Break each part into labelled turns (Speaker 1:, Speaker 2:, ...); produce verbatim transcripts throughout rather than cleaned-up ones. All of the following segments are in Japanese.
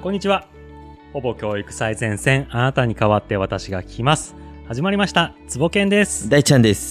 Speaker 1: こんにちは。ほぼ教育最前線、あなたに代わって私が聞きます。始まりました。つぼけんです。
Speaker 2: 大ちゃんです。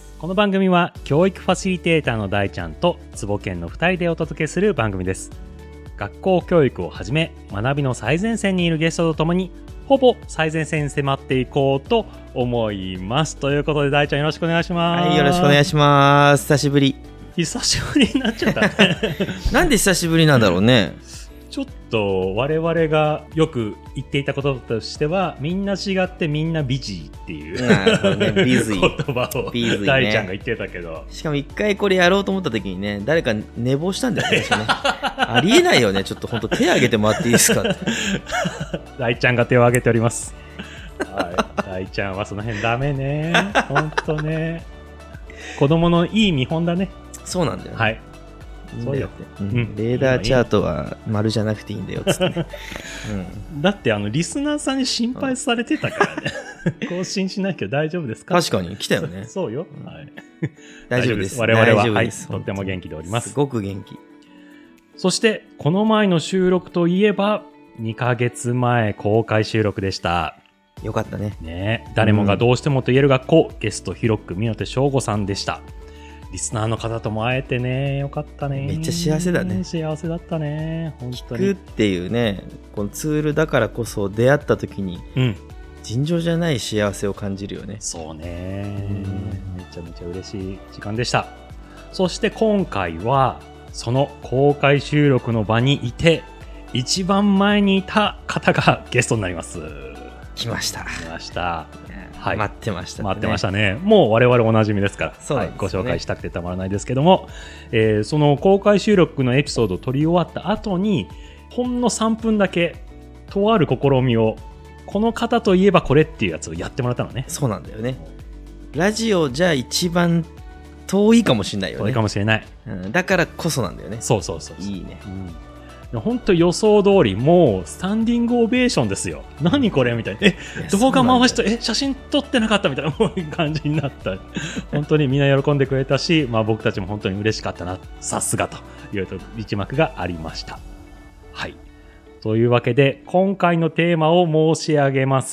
Speaker 1: この番組は教育ファシリテーターの大ちゃんとつぼけんのふたりでお届けする番組です。学校教育をはじめ、学びの最前線にいるゲストとともに、ほぼ最前線に迫っていこうと思います。ということで、大ちゃんよろしくお願いします。
Speaker 2: はい、よろしくお願いします。久しぶり。
Speaker 1: 久しぶりになっちゃったね。
Speaker 2: なんで久しぶりなんだろうね。
Speaker 1: ちょっと我々がよく言っていたこととしては、みんな違ってみんなビジーっていう、
Speaker 2: なるほどね、ビズイ
Speaker 1: 言葉を大ちゃんが言ってたけど、
Speaker 2: しかも一回これやろうと思った時にね、誰か寝坊したんだよね。ありえないよね。ちょっと本当手挙げてもらっていいですか。
Speaker 1: 大ちゃんが手を挙げております。はい、大ちゃんはその辺ダメね。本当ね。子供のいい見本だね。
Speaker 2: そうなんだよね。
Speaker 1: はい。
Speaker 2: そうよ、うん、レーダーチャートは丸じゃなくていいんだよっつって、ね
Speaker 1: うん、だってあのリスナーさんに心配されてたからね。更新しないけど大丈夫ですか。
Speaker 2: 確かに来たよね。
Speaker 1: そうよ、はい、
Speaker 2: 大丈夫です。
Speaker 1: 我々は、
Speaker 2: はい、
Speaker 1: とっても元気でおります。
Speaker 2: すごく元気。
Speaker 1: そしてこの前の収録といえばにかげつまえ公開収録でした。
Speaker 2: よかったね。
Speaker 1: ね、誰もがどうしてもと言える学校、うん、ゲスト広く湊翔吾さんでした。リスナーの方とも会えてね、よかったね。
Speaker 2: めっちゃ幸せだね。
Speaker 1: 幸せだったね。本当に。
Speaker 2: 聞くっていうね、このツールだからこそ出会った時に、うん、尋常じゃない幸せを感じるよね。
Speaker 1: そうね。めちゃめちゃ嬉しい時間でした。そして今回はその公開収録の場にいて、一番前にいた方がゲストになります。
Speaker 2: 来ました。
Speaker 1: 来ました。はい、
Speaker 2: 待ってましたね。
Speaker 1: 待ってましたね。もう我々おなじみですから、
Speaker 2: そうですね、
Speaker 1: はい、ご紹介したくてたまらないですけども、えー、その公開収録のエピソードを撮り終わった後に、ほんのさんぷんだけとある試みを、この方といえばこれっていうやつをやってもらったのね。そうなんだよね。
Speaker 2: ラジオじゃ一番遠いかもしれないよね。
Speaker 1: 遠いかもしれない、
Speaker 2: うん、だからこそなんだよね。
Speaker 1: そうそうそうそう。
Speaker 2: いいね、
Speaker 1: うん、本当予想通り、もうスタンディングオベーションですよ。何これみたいな。え、動画回して、え、写真撮ってなかったみたいな感じになった。本当にみんな喜んでくれたし、まあ僕たちも本当に嬉しかったな。さすがという一幕がありました。はい。というわけで、今回のテーマを申し上げます。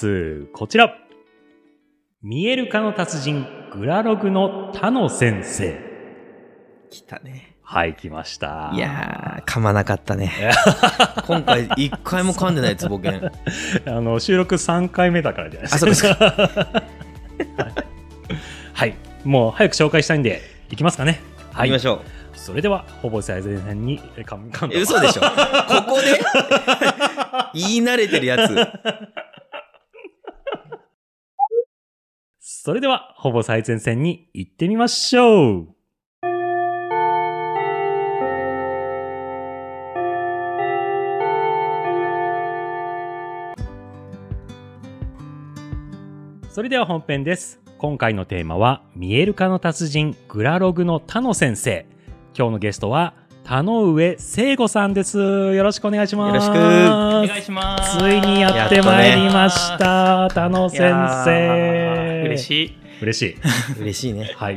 Speaker 1: こちら。見える化の達人、グラログの田野先生。
Speaker 2: 来たね。
Speaker 1: はい、来ました。
Speaker 2: いやー、噛まなかったね。今回一回も噛んでないつぼけん。
Speaker 1: あの収録さんかいめだからじゃないですか。あ、そうですか。はい、はい、もう早く紹介したいんでいきますかね。はい、
Speaker 2: 行きましょう。
Speaker 1: それではほぼ最前線にかんかん
Speaker 2: え、嘘でしょ。ここで言い慣れてるやつ。
Speaker 1: それではほぼ最前線に行ってみましょう。それでは本編です。今回のテーマは見える化の達人グラログの田野先生。今日のゲストは田上聖吾さんです。よろしくお願いします。
Speaker 2: よろしく
Speaker 3: お願いします。
Speaker 1: ついにやってまいりました、田野先生。
Speaker 3: 嬉しい
Speaker 1: 嬉しい
Speaker 2: 嬉しいね。
Speaker 1: はい、うん、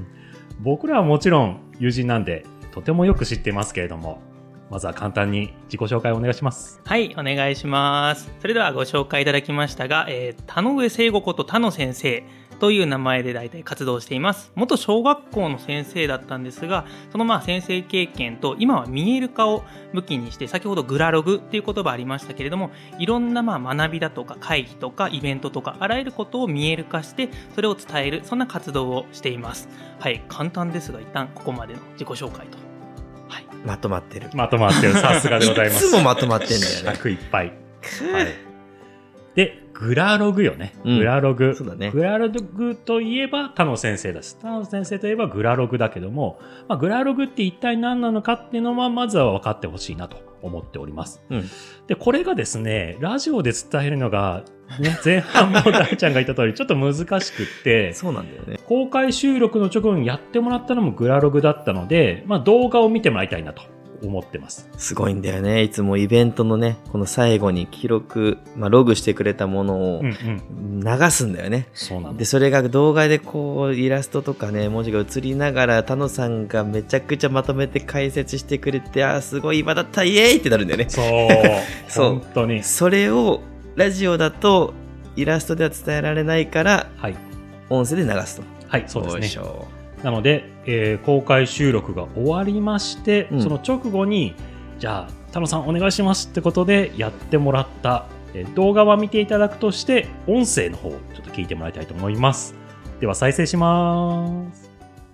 Speaker 1: 僕らはもちろん友人なんでとてもよく知っていますけれども、まずは簡単に自己紹介をお願いします。
Speaker 3: はい、お願いします。それではご紹介いただきましたが、えー、田上聖吾こと田野先生という名前で大体活動しています。元小学校の先生だったんですが、そのまあ先生経験と今は見える化を武器にして、先ほどグラログっていう言葉ありましたけれども、いろんなまあ学びだとか会議とかイベントとかあらゆることを見える化してそれを伝える、そんな活動をしています。はい、簡単ですが一旦ここまでの自己紹介と。
Speaker 2: はい、まとまってる。
Speaker 1: まとまってる。さすがでございます。
Speaker 2: いつもまとまってんだよね。
Speaker 1: 尺いっぱい。はい。で、グラログよね。グラログ。
Speaker 2: うん、そうだね。
Speaker 1: グラログといえば田野先生です。田野先生といえばグラログだけども、まあ、グラログって一体何なのかっていうのはまずは分かってほしいなと思っております。うん、で、これがですね、ラジオで伝えるのが、ね、前半も大ちゃんが言った通りちょっと難しくって
Speaker 2: そうなんだよね。
Speaker 1: 公開収録の直後にやってもらったのもグラログだったので、まあ、動画を見てもらいたいなと思ってます。
Speaker 2: すごいんだよね。いつもイベントのね、この最後に記録、まあ、ログしてくれたものを流すんだよね。
Speaker 1: そうなんだ。
Speaker 2: で、それが動画でこう、イラストとかね、文字が映りながら、田野さんがめちゃくちゃまとめて解説してくれて、あー、すごい今だった、イエーイってなるんだよね。
Speaker 1: そう。そう。本当に。
Speaker 2: それを、ラジオだと、イラストでは伝えられないから、はい。音声で流すと。
Speaker 1: はい、そうですね。なので、えー、公開収録が終わりまして、うん、その直後に、じゃあ、田野さんお願いしますってことでやってもらった、えー、動画は見ていただくとして、音声の方をちょっと聞いてもらいたいと思います。では再生します。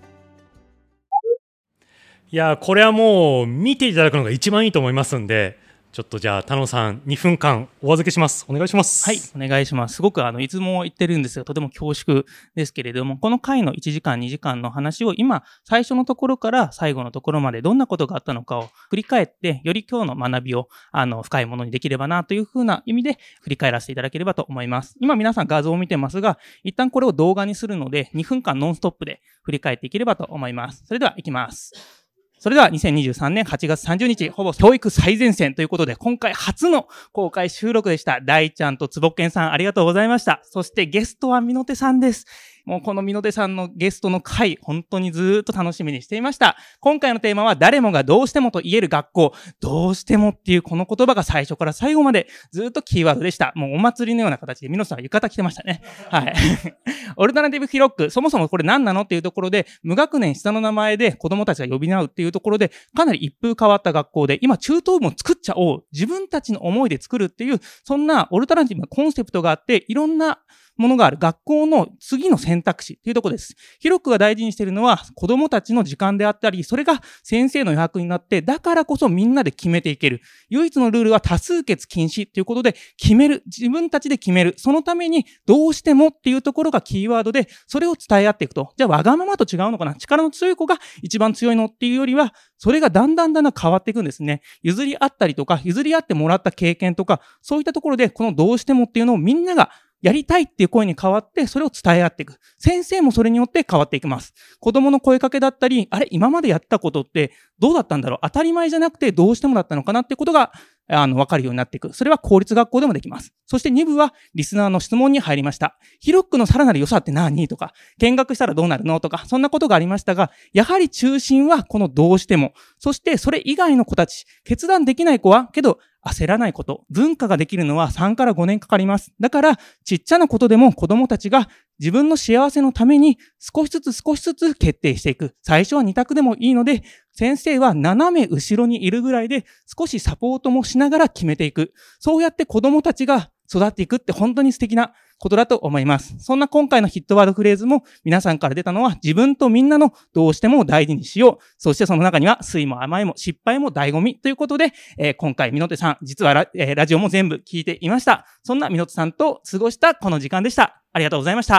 Speaker 1: いや、これはもう見ていただくのが一番いいと思いますんで、ちょっとじゃあ、田野さん、にふんかんお預けします。お願いします。
Speaker 3: はい、お願いします。すごく、あの、いつも言ってるんですが、とても恐縮ですけれども、この回のいちじかん、にじかんの話を今、最初のところから最後のところまでどんなことがあったのかを振り返って、より今日の学びを、あの、深いものにできればな、というふうな意味で振り返らせていただければと思います。今皆さん画像を見てますが、一旦これを動画にするので、にふんかんノンストップで振り返っていければと思います。それでは、いきます。それではにせんにじゅうさんねんはちがつさんじゅうにち、ほぼ教育最前線ということで、今回初の公開収録でした。大ちゃんとつぼっけんさんありがとうございました。そしてゲストはみのてさんです。もうこのみのてさんのゲストの回、本当にずーっと楽しみにしていました。今回のテーマは誰もがどうしてもと言える学校。どうしてもっていうこの言葉が最初から最後までずーっとキーワードでした。もうお祭りのような形でみのさんは浴衣着てましたね。はい。オルタナティブヒロック、そもそもこれ何なのっていうところで、無学年下の名前で子供たちが呼び名うっていうところで、かなり一風変わった学校で、今中等部も作っちゃおう。自分たちの思いで作るっていう、そんなオルタナティブなコンセプトがあって、いろんなものがある学校の次の選択肢っていうところです。広くが大事にしているのは子供たちの時間であったり、それが先生の余白になって、だからこそみんなで決めていける。唯一のルールは多数決禁止っていうことで決める。自分たちで決める。そのためにどうしてもっていうところがキーワードで、それを伝え合っていくと。じゃあわがままと違うのかな？力の強い子が一番強いのっていうよりは、それがだんだんだんだん変わっていくんですね。譲り合ったりとか、譲り合ってもらった経験とか、そういったところでこのどうしてもっていうのをみんながやりたいっていう声に変わって、それを伝え合っていく。先生もそれによって変わっていきます。子供の声かけだったり、あれ、今までやったことってどうだったんだろう？当たり前じゃなくてどうしてもだったのかなってことが、あの、わかるようになっていく。それは公立学校でもできます。そしてに部は、リスナーの質問に入りました。ヒロックのさらなる良さって何？とか、見学したらどうなるの？とか、そんなことがありましたが、やはり中心はこのどうしても。そしてそれ以外の子たち、決断できない子は、けど、焦らないこと。文化ができるのはさんからごねんかかります。だから、ちっちゃなことでも子供たちが自分の幸せのために少しずつ少しずつ決定していく。最初はに択でもいいので、先生は斜め後ろにいるぐらいで少しサポートもしながら決めていく。そうやって子供たちが育っていくって本当に素敵なことだと思います。そんな今回のヒットワードフレーズも皆さんから出たのは自分とみんなのどうしても大事にしよう。そしてその中には酸いも甘いも失敗も醍醐味ということで、えー、今回みのてさん実は ラ,、えー、ラジオも全部聞いていました。そんなみのてさんと過ごしたこの時間でした。ありがとうございました。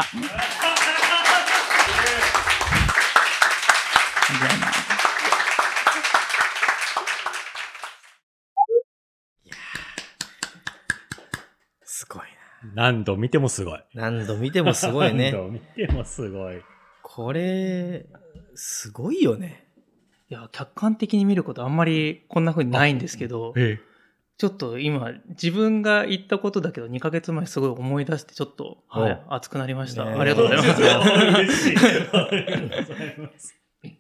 Speaker 2: すごいな。
Speaker 1: 何度見てもすごい。
Speaker 2: 何度見てもすごいね。
Speaker 1: 何度見てもすごい。
Speaker 2: これ、すごいよね。
Speaker 3: いや、客観的に見ることあんまりこんな風にないんですけど、ええ、ちょっと今、自分が言ったことだけどにかげつまえすごい思い出してちょっと、はい、熱くなりました。ありがとうございます。嬉しい。ありがとうございます。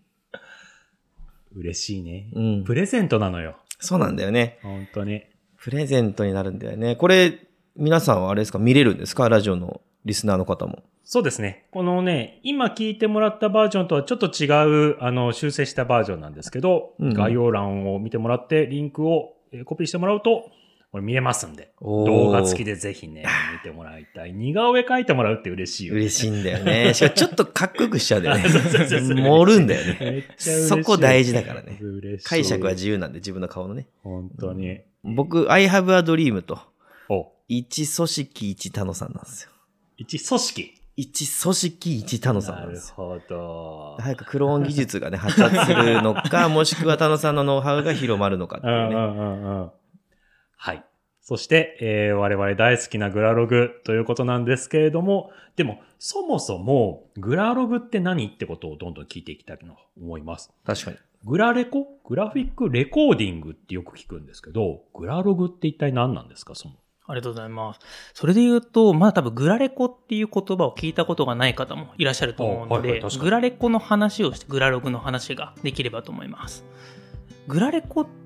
Speaker 1: 嬉しいね、うん。プレゼントなのよ。
Speaker 2: そうなんだよね。
Speaker 1: 本当に。
Speaker 2: プレゼントになるんだよね。これ、皆さんはあれですか、見れるんですか？ラジオのリスナーの方も。
Speaker 1: そうですね。このね、今聞いてもらったバージョンとはちょっと違う、あの、修正したバージョンなんですけど、うん、概要欄を見てもらって、リンクをコピーしてもらうと、これ見れますんで、動画付きでぜひね、見てもらいたい。似顔絵描いてもらうって嬉しいよね。
Speaker 2: 嬉しいんだよね。しかもちょっとかっこよくしちゃうんだよね。盛るんだよね。めっちゃ嬉しい。そこ大事だからね。解釈は自由なんで、自分の顔のね。
Speaker 1: 本当に。
Speaker 2: うん、僕、I have a dream と、一組織一田野さんなんですよ。
Speaker 1: 一組織
Speaker 2: 一組織一田野さんなんですよ。
Speaker 1: なるほど。
Speaker 2: 早くクローン技術がね、発達するのか、もしくは田野さんのノウハウが広まるのかっていうね。うんうんうんうん、
Speaker 1: はい。 そして、えー、我々大好きなグラログということなんですけれども、でも、そもそも、グラログって何ってことをどんどん聞いていきたいと思います。
Speaker 2: 確かに。
Speaker 1: グラレコグラフィックレコーディングってよく聞くんですけど、グラログって一体何なんですか、その。
Speaker 3: ありがとうございます。それで言うと、まだ多分グラレコっていう言葉を聞いたことがない方もいらっしゃると思うので、はいはい、グラレコの話をしてグラログの話ができればと思います。グラレコって、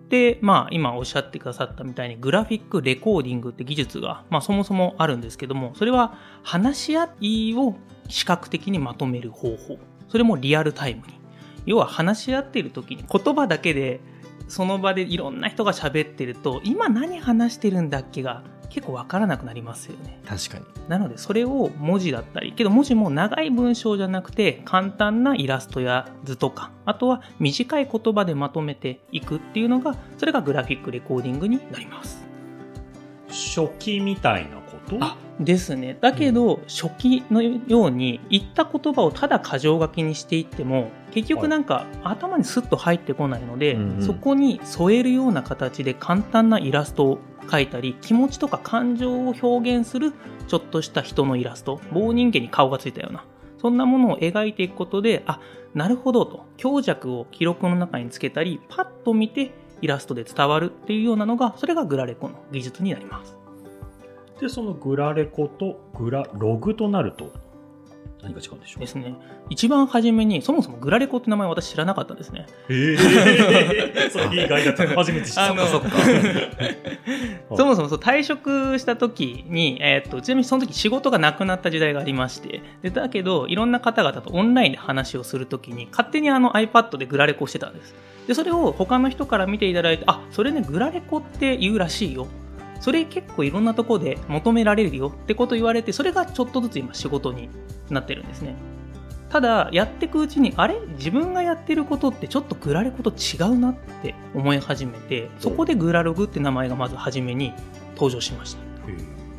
Speaker 3: まあ今おっしゃってくださったみたいにグラフィックレコーディングって技術が、まあそもそもあるんですけども、それは話し合いを視覚的にまとめる方法。それもリアルタイムに。要は話し合っている時に言葉だけでその場でいろんな人が喋ってると、今何話してるんだっけが結構わからなくなりますよね。
Speaker 2: 確かに。
Speaker 3: なのでそれを文字だったり、けど文字も長い文章じゃなくて簡単なイラストや図とか、あとは短い言葉でまとめていくっていうのが、それがグラフィックレコーディングになります。
Speaker 1: 初期みたいなこと
Speaker 3: あですね。だけど、うん、初期のように言った言葉をただ箇条書きにしていっても結局なんか頭にスッと入ってこないので、はい、そこに添えるような形で簡単なイラストを描いたり、気持ちとか感情を表現するちょっとした人のイラスト、棒人間に顔がついたようなそんなものを描いていくことで、あ、なるほどと、強弱を記録の中につけたり、パッと見てイラストで伝わるっていうようなのが、それがグラレコの技術になります。
Speaker 1: で、そのグラレコとグラログとなると何が違うんでしょう
Speaker 3: ですね。一番初めにそもそもグラレコって名前私知らなかったんですね。
Speaker 1: へーそれ意外だった初めて知った。
Speaker 3: あのそっかそもそもそう退職した時に、えー、っとちなみにその時仕事がなくなった時代がありまして、でだけどいろんな方々とオンラインで話をする時に勝手にあの iPad でグラレコをしてたんです。でそれを他の人から見ていただいて、あ、それねグラレコって言うらしいよ、それ結構いろんなところで求められるよってこと言われて、それがちょっとずつ今仕事になってるんですね。ただやっていくうちに、あれ自分がやってることってちょっとグラレコと違うなって思い始めて、そこでグラログって名前がまず初めに登場しました。
Speaker 1: へ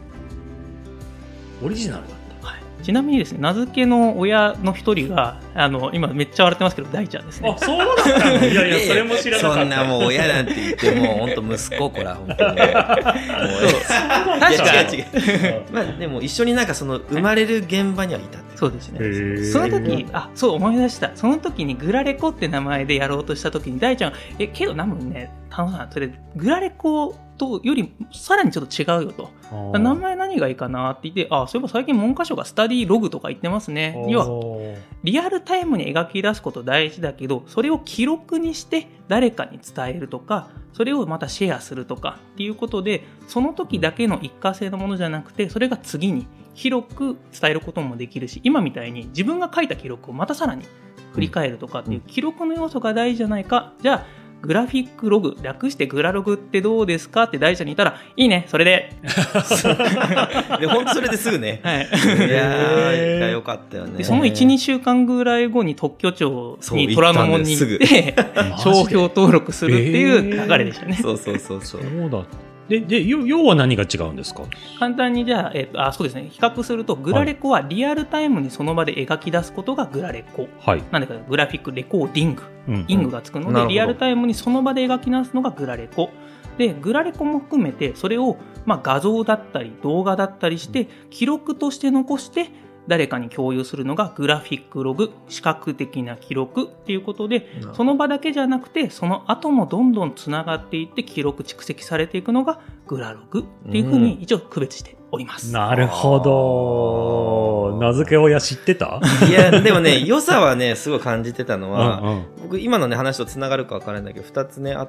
Speaker 1: ーオリジナルだった。
Speaker 3: ちなみにですね、名付けの親の一人があの今めっちゃ笑ってますけど大ちゃんですね。
Speaker 1: あ、そうだったの。いやいやそれも知らなかった。
Speaker 2: そんなもう親なんて言っても本当息子こら本当に。
Speaker 3: そう確かに違う違う。
Speaker 2: まあでも一緒になんかその生まれる現場にはいたって。
Speaker 3: そうですね。その時、あ、そう思い出した。その時にグラレコって名前でやろうとした時に大ちゃん、えけど多分ね、田野さんそれグラレコとよりさらにちょっと違うよと。名前何がいいかなって言って、あ、そういえば最近文科省がスタディログとか言ってますね。要はリアルタイムに描き出すこと大事だけど、それを記録にして誰かに伝えるとか、それをまたシェアするとかっていうことで、その時だけの一過性のものじゃなくて、それが次に広く伝えることもできるし、今みたいに自分が書いた記録をまたさらに振り返るとかっていう記録の要素が大事じゃないか。じゃあグラフィックログ、略してグラログってどうですかって大ちゃんに言ったら、いいね、それで。
Speaker 2: で本当それですぐね。
Speaker 3: はい。
Speaker 2: いやー、よかったよね。
Speaker 3: でそのいち、にしゅうかんぐらい後に特許庁に虎ノ門に行って、商標登録するっていう流れでしたね。
Speaker 2: そうそうそうそう。
Speaker 1: そうだ。で、で、要は何が違うんですか？
Speaker 3: 簡単にじゃあ、えっと、あ、そうですね。比較すると、グラレコはリアルタイムにその場で描き出すことがグラレコ。はい。なんでか、グラフィックレコーディング。うん、イングがつくので、リアルタイムにその場で描き出すのがグラレコ。で、グラレコも含めて、それを、まあ、画像だったり、動画だったりして、記録として残して、誰かに共有するのがグラフィックログ、視覚的な記録っていうことで、その場だけじゃなくてその後もどんどんつながっていって記録蓄積されていくのがグラログっていうふうに一応区別しております。
Speaker 1: なるほど。名付け親知ってた？
Speaker 2: いやでもね、良さはねすごい感じてたのは、うんうん、僕今のね話とつながるか分からないんだけどふたつねあって、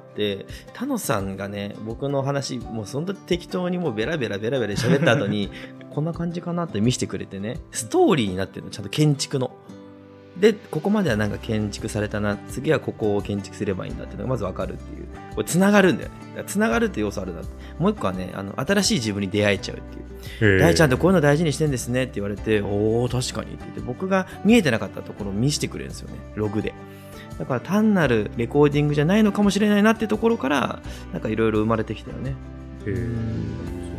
Speaker 2: 田野さんがね僕の話もうそんな適当にもうベラベラベラベラ喋った後にこんな感じかなって見せてくれてね、ストーリーになってるの、ちゃんと建築ので、ここまではなんか建築されたな、次はここを建築すればいいんだっていうのがまず分かるっていう、これつながるんだよね。だからつながるって要素あるなって。もう一個はね、あの新しい自分に出会えちゃうっていう、大ちゃんってこういうの大事にしてんですねって言われて、おー確かにって言って、僕が見えてなかったところを見せてくれるんですよね、ログで。だから単なるレコーディングじゃないのかもしれないなっていうところからなんかいろいろ生まれてきたよね。
Speaker 1: へー、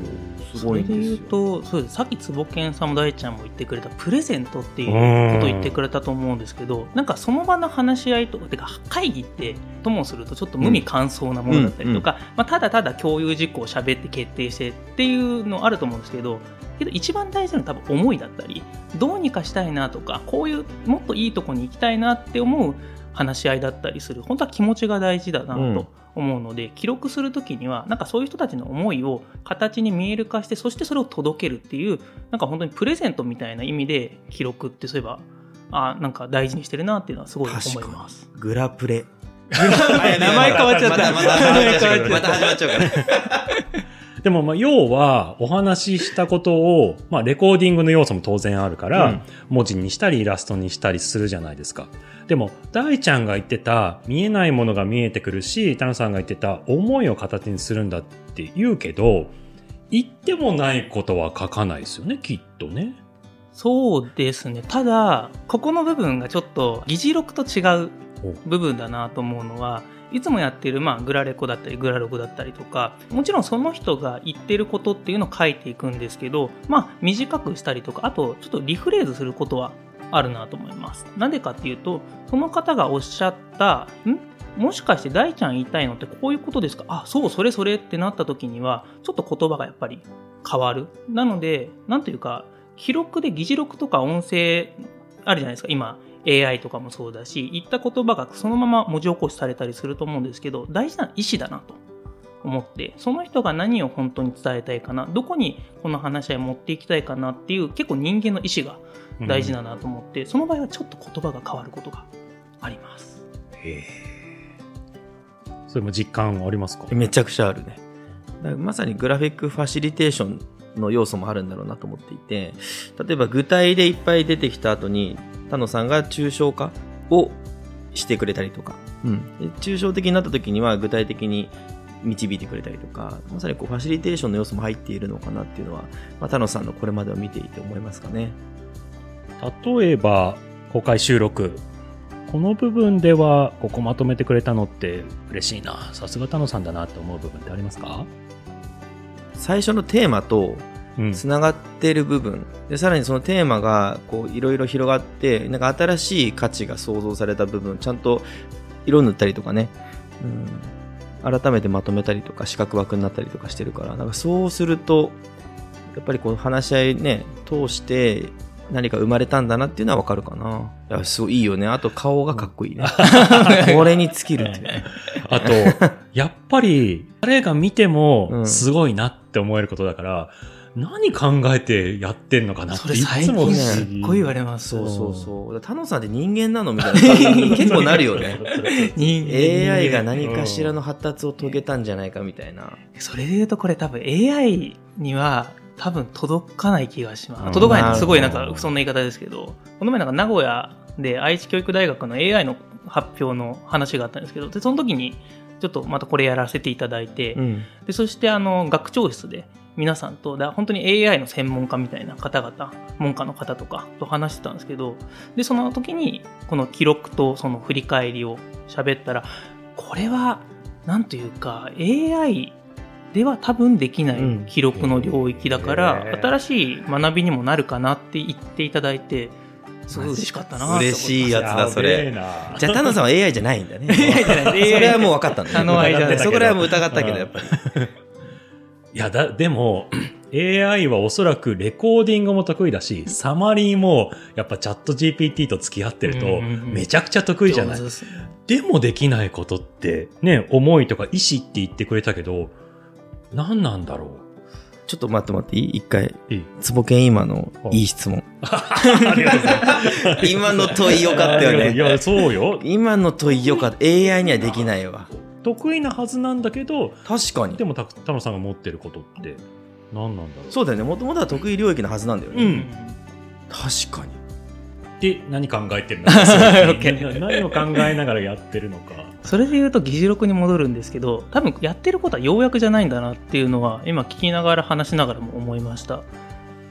Speaker 2: すごいんですよ。
Speaker 3: それで言うとそうです、さっきつぼけんさんも大ちゃんも言ってくれたプレゼントっていうことを言ってくれたと思うんですけど、なんかその場の話し合いとかてか会議ってともするとちょっと無味乾燥なものだったりとか、うんうんうん、まあ、ただただ共有事項を喋って決定してっていうのあると思うんですけど、けど一番大事なのは多分思いだったり、どうにかしたいなとか、こういうもっといいとこに行きたいなって思う話し合いだったりする、本当は気持ちが大事だなと思うので、うん、記録するときにはなんかそういう人たちの思いを形に見える化して、そしてそれを届けるっていう、なんか本当にプレゼントみたいな意味で記録ってそういえばあなんか大事にしてるなっていうのはすごい思います。
Speaker 2: グラプレ
Speaker 3: 名前変わっちゃった。
Speaker 2: またまた始まっちゃうから
Speaker 1: でもまあ要はお話ししたことを、まあ、レコーディングの要素も当然あるから、うん、文字にしたりイラストにしたりするじゃないですか。でも大ちゃんが言ってた見えないものが見えてくるし、田野さんが言ってた思いを形にするんだって言うけど、言ってもないことは書かないですよね、きっとね。
Speaker 3: そうですね。ただここの部分がちょっと議事録と違う部分だなと思うのは、いつもやっている、まあ、グラレコだったりグラログだったりとか、もちろんその人が言ってることっていうのを書いていくんですけど、まあ、短くしたりとか、あとちょっとリフレーズすることはあるなと思います。なんでかっていうと、その方がおっしゃったんもしかして大ちゃん言いたいのってこういうことですか、あ、そう、それそれってなった時にはちょっと言葉がやっぱり変わる。なのでなんというか、記録で議事録とか音声あるじゃないですか。今エーアイ とかもそうだし、言った言葉がそのまま文字起こしされたりすると思うんですけど、大事な意思だなと思って、その人が何を本当に伝えたいかな、どこにこの話し合い持っていきたいかなっていう、結構人間の意思が大事だなと思って、うん、その場合はちょっと言葉が変わることがあります。
Speaker 1: へー、それも実感ありますか？
Speaker 2: めちゃくちゃあるね。だからまさにグラフィックファシリテーションの要素もあるんだろうなと思っていて、例えば具体でいっぱい出てきた後に田野さんが抽象化をしてくれたりとか、うん、抽象的になった時には具体的に導いてくれたりとか、まさにこうファシリテーションの要素も入っているのかなっていうのは、まあ、田野さんのこれまでを見ていて思いますかね。
Speaker 1: 例えば公開収録、この部分ではここまとめてくれたのって嬉しいな、さすが田野さんだなって思う部分ってありますか？
Speaker 2: 最初のテーマとつながってる部分、うん、でさらにそのテーマがこういろいろ広がって、なんか新しい価値が創造された部分、ちゃんと色塗ったりとかね、うん、改めてまとめたりとか四角枠になったりとかしてるから、なんかそうするとやっぱりこう話し合いね通して何か生まれたんだなっていうのはわかるかな。いや、すごいいいよね。あと顔がかっこいいね。これに尽きるっていうね。
Speaker 1: あとやっぱり誰が見てもすごいなって思えることだから、うん、何考えてやってんのかなっていつも
Speaker 3: すっごい言われます。
Speaker 2: そうそうそう。田野さんって人間なのみたいな感じに結構なるよね。人間 エーアイ が何かしらの発達を遂げたんじゃないかみたいな。
Speaker 3: それで言うとこれ多分 エーアイ には多分届かない気がします。届かないってすごいなんかそんな言い方ですけど、この前なんか名古屋で愛知教育大学の エーアイ の発表の話があったんですけど、でその時にちょっとまたこれやらせていただいて、うん、でそしてあの学長室で皆さんとだ本当に エーアイ の専門家みたいな方々、門下の方とかと話してたんですけど、でその時にこの記録とその振り返りを喋ったら、これはなんというか エーアイでは多分できない記録の領域だから、うん、新しい学びにもなるかなって言っていただいて、すごい嬉しかったな。
Speaker 2: 嬉しいやつだそれ。じゃあ田野さんは エーアイ じゃないんだね。
Speaker 3: エーアイ じゃない。
Speaker 2: それはもう分かったんだね。
Speaker 3: あの間で
Speaker 2: そこらはもう疑ったけどやっぱり。
Speaker 1: いやだでも エーアイ はおそらくレコーディングも得意だし、サマリーもやっぱチャット ジーピーティー と付き合ってるとめちゃくちゃ得意じゃない。でもできないことってね、思いとか意思って言ってくれたけど。何なんだろう。
Speaker 2: ちょっと待って待っていい？一回。いい。つぼけん今のいい質問。
Speaker 1: ありがとうございます。
Speaker 2: 今の問いよかったよね。
Speaker 1: いや、そうよ。
Speaker 2: 今の問いよかった。エーアイ にはできないわ。
Speaker 1: 得意なはずなんだけど、
Speaker 2: 確かに。
Speaker 1: でも田野さんが持ってることって何なんだろう。
Speaker 2: そうだよね。もともとは得意領域のはずなんだよね。うん。確かに。
Speaker 1: で、何考えてるのか。何を考えながらやってるのか。
Speaker 3: それで言うと議事録に戻るんですけど、多分やってることは要約じゃないんだなっていうのは今聞きながら話しながらも思いました。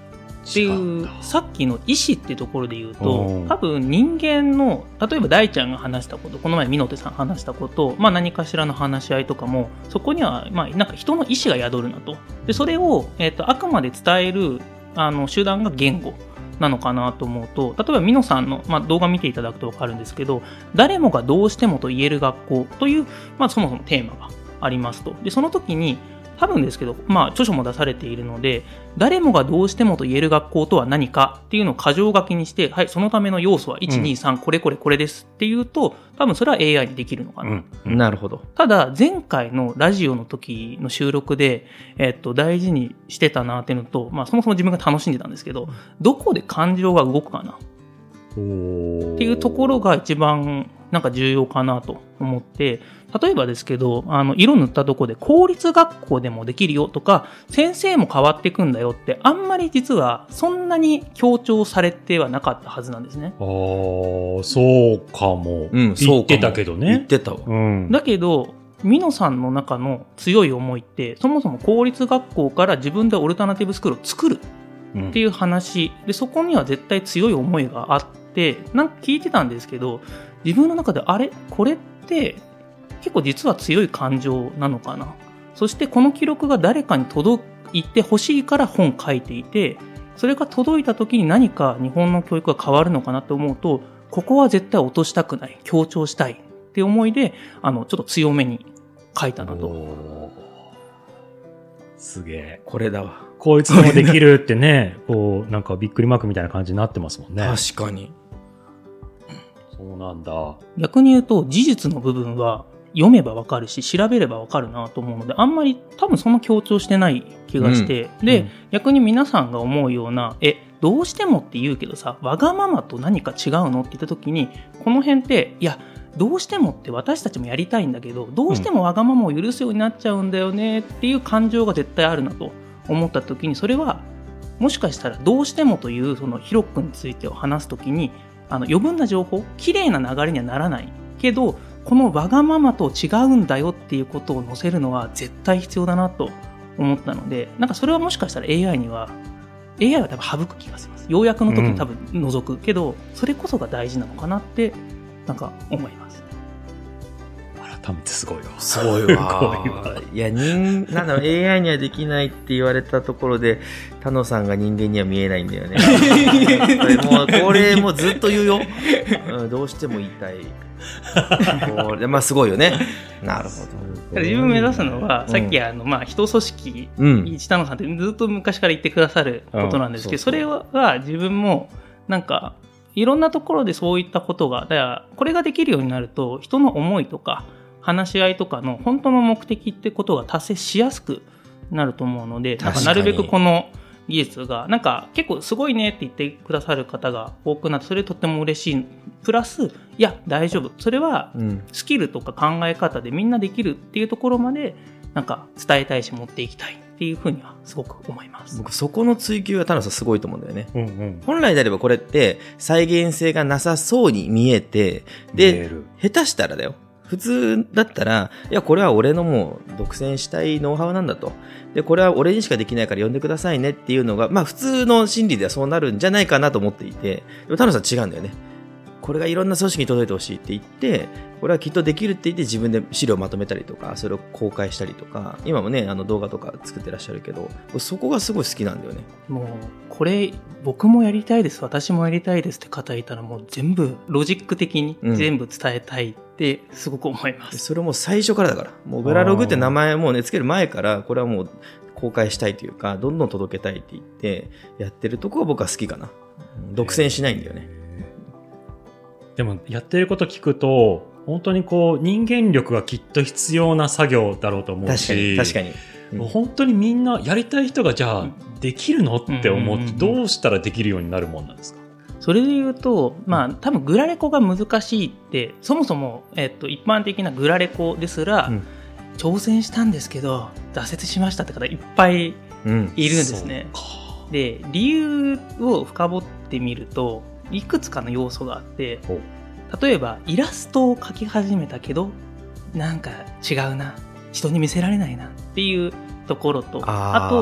Speaker 3: っていうさっきの意思っていうところで言うと、多分人間の例えば大ちゃんが話したこと、この前美濃手さん話したこと、まあ、何かしらの話し合いとかもそこにはまあなんか人の意思が宿るなと。でそれを、えー、とあくまで伝えるあの手段が言語なのかなと思うと、例えば美濃さんの、まあ、動画見ていただくと分かるんですけど、誰もがどうしてもと言える学校という、まあ、そもそもテーマがありますと。でその時に多分ですけど、まあ、著書も出されているので、誰もがどうしてもと言える学校とは何かっていうのを箇条書きにして、はい、そのための要素はいち、に、さん、これこれこれですっていうと、多分それは エーアイ にできるのかな。
Speaker 2: うんうん、なるほど。
Speaker 3: ただ、前回のラジオの時の収録で、えっと、大事にしてたなっていうのと、まあ、そもそも自分が楽しんでたんですけど、どこで感情が動くかなっていうところが一番なんか重要かなと思って、例えばですけど、あの色塗ったとこで公立学校でもできるよとか、先生も変わっていくんだよってあんまり実はそんなに強調されてはなかったはずなんですね。
Speaker 1: ああ、そうかも、うん、言ってたけどね。
Speaker 2: 言ってたわ、
Speaker 1: うん、
Speaker 3: だけど美濃さんの中の強い思いって、そもそも公立学校から自分でオルタナティブスクールを作るっていう話、うん、でそこには絶対強い思いがあって、なんか聞いてたんですけど、自分の中であれこれって結構実は強い感情なのかな。そしてこの記録が誰かに届いてほしいから本書いていて、それが届いた時に何か日本の教育が変わるのかなと思うと、ここは絶対落としたくない、強調したいって思いで、あのちょっと強めに書いたなと。
Speaker 1: すげえ。
Speaker 2: これだわ。
Speaker 1: こいつでもできるってね、こうなんかびっくりマークみたいな感じになってますもんね。
Speaker 2: 確かに。
Speaker 1: そうなんだ。
Speaker 3: 逆に言うと事実の部分は読めばわかるし、調べればわかるなと思うので、あんまり多分そんな強調してない気がして、うん、で、うん、逆に皆さんが思うような、え、どうしてもって言うけどさ、わがままと何か違うのって言った時に、この辺って、いや、どうしてもって私たちもやりたいんだけど、どうしてもわがままを許すようになっちゃうんだよねっていう感情が絶対あるなと思った時に、それはもしかしたらどうしてもというそのヒロ君についてを話す時に、あの余分な情報、綺麗な流れにはならないけど、このわがままと違うんだよっていうことを載せるのは絶対必要だなと思ったので、なんかそれはもしかしたら エーアイ には エーアイ は多分省く気がします。要約の時に多分除くけど、うん、それこそが大事なのかなってなんか思います。
Speaker 1: 改めてすごいわ。
Speaker 2: すごいわ。いや、人、なんだろう、エーアイ にはできないって言われたところで、田野さんが人間には見えないんだよね。これもう、これもうずっと言うよ。うん、どうしても言いたい。これまあすごいよね。なるほど。
Speaker 3: 自分目指すのは、さっきあの、まあ、人組織、うん、一田野さんってずっと昔から言ってくださることなんですけど、うん、そうそう、それは自分もなんかいろんなところでそういったことが、だからこれができるようになると、人の思いとか話し合いとかの本当の目的ってことが達成しやすくなると思うので、なんかなるべくこの技術がなんか結構すごいねって言ってくださる方が多くなって、それとっても嬉しい。プラス、いや大丈夫、それはスキルとか考え方でみんなできるっていうところまでなんか伝えたいし持っていきたいっていうふうにはすごく思います。
Speaker 2: 僕そこの追求が田野さんすごいと思うんだよね、うんうん、本来であればこれって再現性がなさそうに見えて、で下手したらだよ、普通だったら、いやこれは俺のもう独占したいノウハウなんだと、でこれは俺にしかできないから呼んでくださいねっていうのが、まあ普通の心理ではそうなるんじゃないかなと思っていて、でも田野さん違うんだよね。これがいろんな組織に届いてほしいって言って、これはきっとできるって言って自分で資料をまとめたりとか、それを公開したりとか、今もねあの動画とか作ってらっしゃるけど、そこがすごい好きなんだよね。
Speaker 3: もうこれ僕もやりたいです、私もやりたいですって方いたら、もう全部ロジック的に全部伝えたいってすごく思います、
Speaker 2: うん、それも最初からだから、もうベラログって名前もねつける前から、これはもう公開したいというか、どんどん届けたいって言ってやってるとこは僕は好きかな。独占しないんだよね。
Speaker 1: でもやってること聞くと本当にこう人間力がきっと必要な作業だろうと思うし、
Speaker 2: 確かに確かに、
Speaker 1: うん、本当にみんなやりたい人がじゃあできるのって思ってどうしたらできるようになるもんなんですか？
Speaker 3: それで言うと、まあ多分グラレコが難しいって、そもそも、えっと、一般的なグラレコですら、うん、挑戦したんですけど挫折しましたって方いっぱいいるんですね、うん、で理由を深掘ってみるといくつかの要素があって、例えばイラストを描き始めたけどなんか違うな、人に見せられないなっていうところと、あ, あと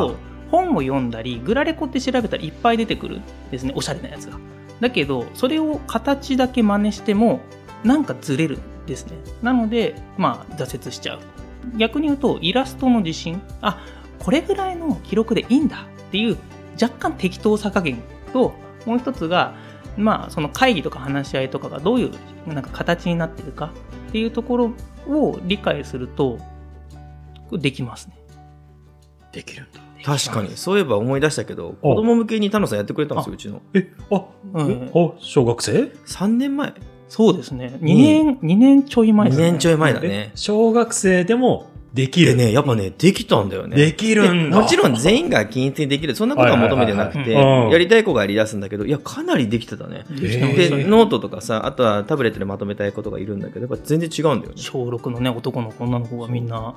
Speaker 3: 本を読んだりグラレコって調べたらいっぱい出てくるんですね、おしゃれなやつが。だけどそれを形だけ真似してもなんかずれるんですね。なのでまあ挫折しちゃう。逆に言うとイラストの自信、あ、これぐらいの記録でいいんだっていう若干適当さ加減と、もう一つがまあその会議とか話し合いとかがどういうなんか形になってるかっていうところを理解するとできますね。
Speaker 1: できるんだ。
Speaker 2: 確かにそういえば思い出したけど、子供向けに田野さんやってくれたんですよ、うちの。
Speaker 1: え、あ、
Speaker 3: うん、
Speaker 1: あ、小学生 ?
Speaker 2: さん 年前。
Speaker 3: そうですね。にねん、うん、にねんちょい前ですね。
Speaker 2: にねんちょい前だね。
Speaker 1: 小学生でもできる。
Speaker 2: でね、やっぱね、できたんだよね。
Speaker 1: できるんだ。
Speaker 2: もちろん全員が均一にできる。そんなことは求めてなくて、やりたい子がやり出すんだけど、いや、かなりできてたね。で、ノートとかさ、あとはタブレットでまとめたいことがいるんだけど、やっぱ全然違うんだよね。
Speaker 3: 小ろくのね、男の子、女の子がみんな。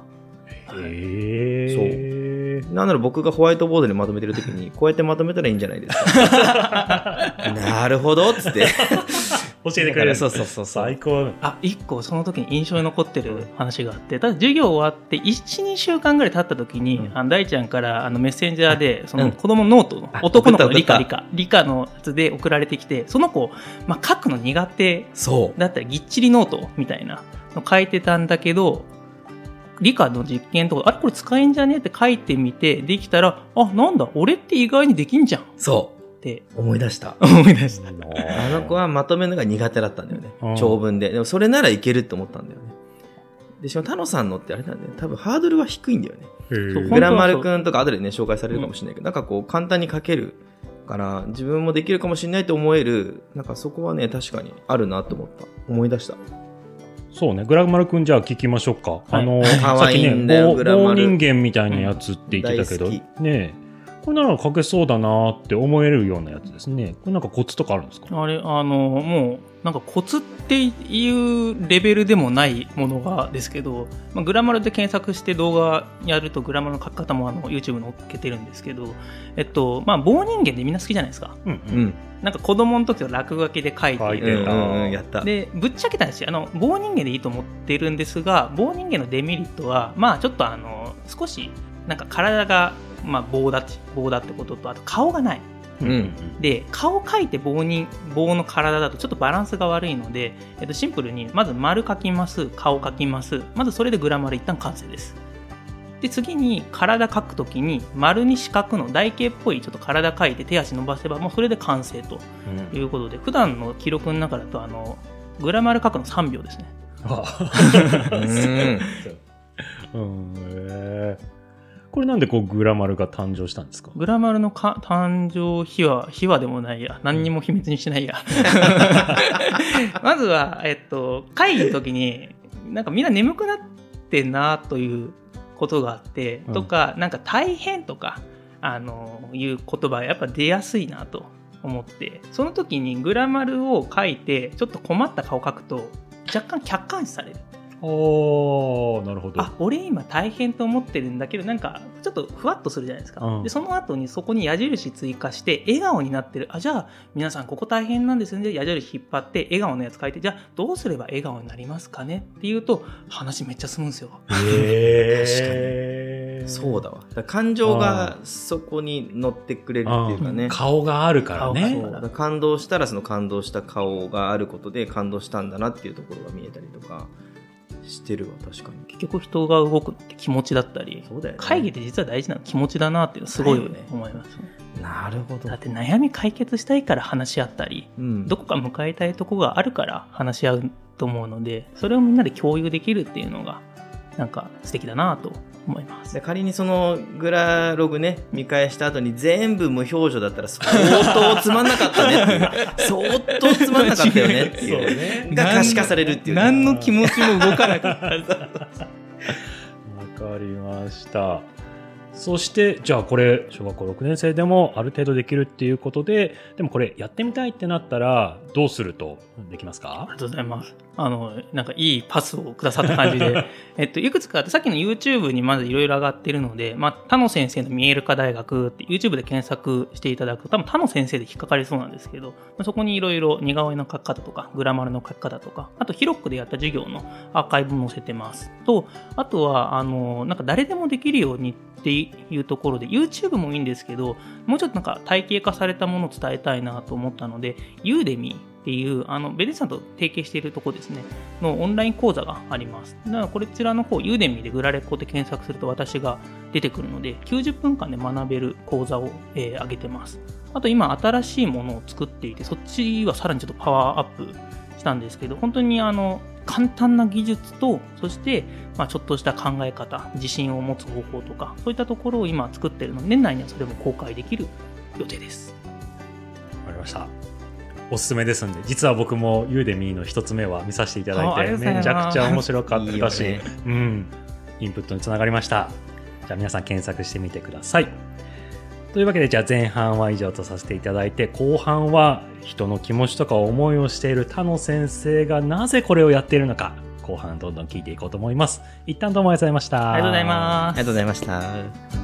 Speaker 2: へー。そう。なんなら僕がホワイトボードでまとめてるときに、こうやってまとめたらいいんじゃないですか。なるほどっつって。
Speaker 1: 教えてくれる。
Speaker 2: そうそうそう。
Speaker 1: 最高。
Speaker 3: あ、一個その時に印象に残ってる話があって、ただ授業終わっていち、にしゅうかんぐらい経った時に、うん、あの大ちゃんからあのメッセンジャーで、その子供のノートの、うん、男の子の理科、理科、理科のやつで送られてきて、その子、まあ、書くの苦手だったらぎっちりノートみたいなの書いてたんだけど、理科の実験とか、あれこれ使えんじゃねって書いてみて、できたら、あ、なんだ、俺って意外にできんじゃん。
Speaker 2: そう。
Speaker 3: って
Speaker 2: 思い出した。
Speaker 3: 思い出した。
Speaker 2: あの子はまとめるのが苦手だったんだよね。長文で。でもそれならいけるって思ったんだよね。で、しかも田野さんのってあれなんだよね。多分ハードルは低いんだよね。グラマルくんとか後でね、紹介されるかもしれないけど、うん、なんかこう簡単に書けるから、自分もできるかもしれないと思える、なんかそこはね、確かにあるなと思った。思い出した。
Speaker 1: そうね、グラマルくんじゃあ聞きましょうか。はい、あの、
Speaker 2: さっきね、
Speaker 1: 棒人間みたいなやつって言ってたけど、うん、ねこれなら書けそうだなって思えるようなやつですね。これなんかコツとかあるんですか？
Speaker 3: あれ、あの、もう、なんかコツっていうレベルでもないものがですけど、まあ、グラマルで検索して動画やるとグラマルの書き方もあの YouTube に載っけてるんですけど、えっと、まあ、棒人間でみんな好きじゃないですか。うんうん。なんか子供の時は落書きで書いている。
Speaker 2: うんうん、やった。
Speaker 3: で、ぶっちゃけた話、あの、棒人間でいいと思ってるんですが、棒人間のデメリットは、まあ、ちょっとあの、少し、なんか体が、まあ、棒だって棒だってことと、あと顔がない、うん、で顔描いて棒に棒の体だとちょっとバランスが悪いので、えっと、シンプルにまず丸描きます、顔描きます、まずそれでグラマル一旦完成です。で次に体描くときに丸に四角の台形っぽいちょっと体描いて手足伸ばせばもうそれで完成ということで、うん、普段の記録の中だとあのグラマル描くのさんびょうですね。
Speaker 1: うん、えーこれなんでこうグラマルが誕生したんですか？
Speaker 3: グラマルのか誕生秘話、秘話でもないや。何にも秘密にしてないや。まずは、えっと、会議の時に、なんかみんな眠くなってんなということがあって、うん、とか、なんか大変とか、あの、いう言葉がやっぱ出やすいなと思って、その時にグラマルを書いて、ちょっと困った顔を書くと、若干客観視される。
Speaker 1: おー、なるほど。
Speaker 3: あ、俺今大変と思ってるんだけど、なんかちょっとふわっとするじゃないですか、うん、でその後にそこに矢印追加して笑顔になってる。あ、じゃあ皆さんここ大変なんですね。矢印引っ張って笑顔のやつ書いて、じゃあどうすれば笑顔になりますかねっていうと話めっちゃ進むんですよ。
Speaker 2: へー、確かにそうだわ。だ感情がそこに乗ってくれるっていうかね、
Speaker 1: 顔があるからね。
Speaker 2: そうだ、感動したらその感動した顔があることで感動したんだなっていうところが見えたりとかしてるわ。確かに
Speaker 3: 結局人が動くって気持ちだったり、そうだよね、会議って実は大事なの気持ちだなっていうのすごい思いますね。
Speaker 2: なるほど。
Speaker 3: だって悩み解決したいから話し合ったり、うん、どこか向かいたいとこがあるから話し合うと思うので、それをみんなで共有できるっていうのがなんか素敵だなと思います。
Speaker 2: で仮にそのグラログね見返した後に全部無表情だったら相当つまんなかったねっていう相当つまんなかったよねっていう、ね、が可視化されるっていう、ね、
Speaker 3: 何の気持ちも動かなかった。わか
Speaker 1: りました。そしてじゃあこれ小学校ろくねん生でもある程度できるっていうことで、でもこれやってみたいってなったらどうするとできますか？
Speaker 3: ありがとうございます。あのなんかいいパスをくださった感じでえっといくつかあって、さっきの YouTube にまずいろいろ上がってるので、まあ、田野先生の見える化大学って YouTube で検索していただくと多分田野先生で引っかかりそうなんですけど、そこにいろいろ似顔絵の描き方とかグラマルの描き方とか、あとヒロックでやった授業のアーカイブも載せてますと、あとはあのなんか誰でもできるようにっていうところで YouTube もいいんですけど、もうちょっとなんか体系化されたものを伝えたいなと思ったので、ユーデミーっていうあのベネッセさんと提携しているところですねのオンライン講座があります。だからこちらの方、ユーデミーでグラレコで検索すると私が出てくるので、きゅうじゅっぷんかんで学べる講座を、えー、上げてます。あと今新しいものを作っていて、そっちはさらにちょっとパワーアップしたんですけど、本当にあの簡単な技術と、そしてまあちょっとした考え方、自信を持つ方法とか、そういったところを今作っているので、年内にはそれも公開できる予定です。
Speaker 1: わかりました。おすすめですんで、実は僕もユーデミーの一つ目は見させていただいて、めちゃくちゃ面白かったし、いいね、うん、インプットにつながりました。じゃあ皆さん検索してみてください。というわけで、じゃあ前半は以上とさせていただいて、後半は人の気持ちとか思いをしている田野先生がなぜこれをやっているのか、後半どんどん聞いていこうと思います。一旦どうもありがとうございました。
Speaker 3: ありがとうございます。
Speaker 2: ありがとうございました。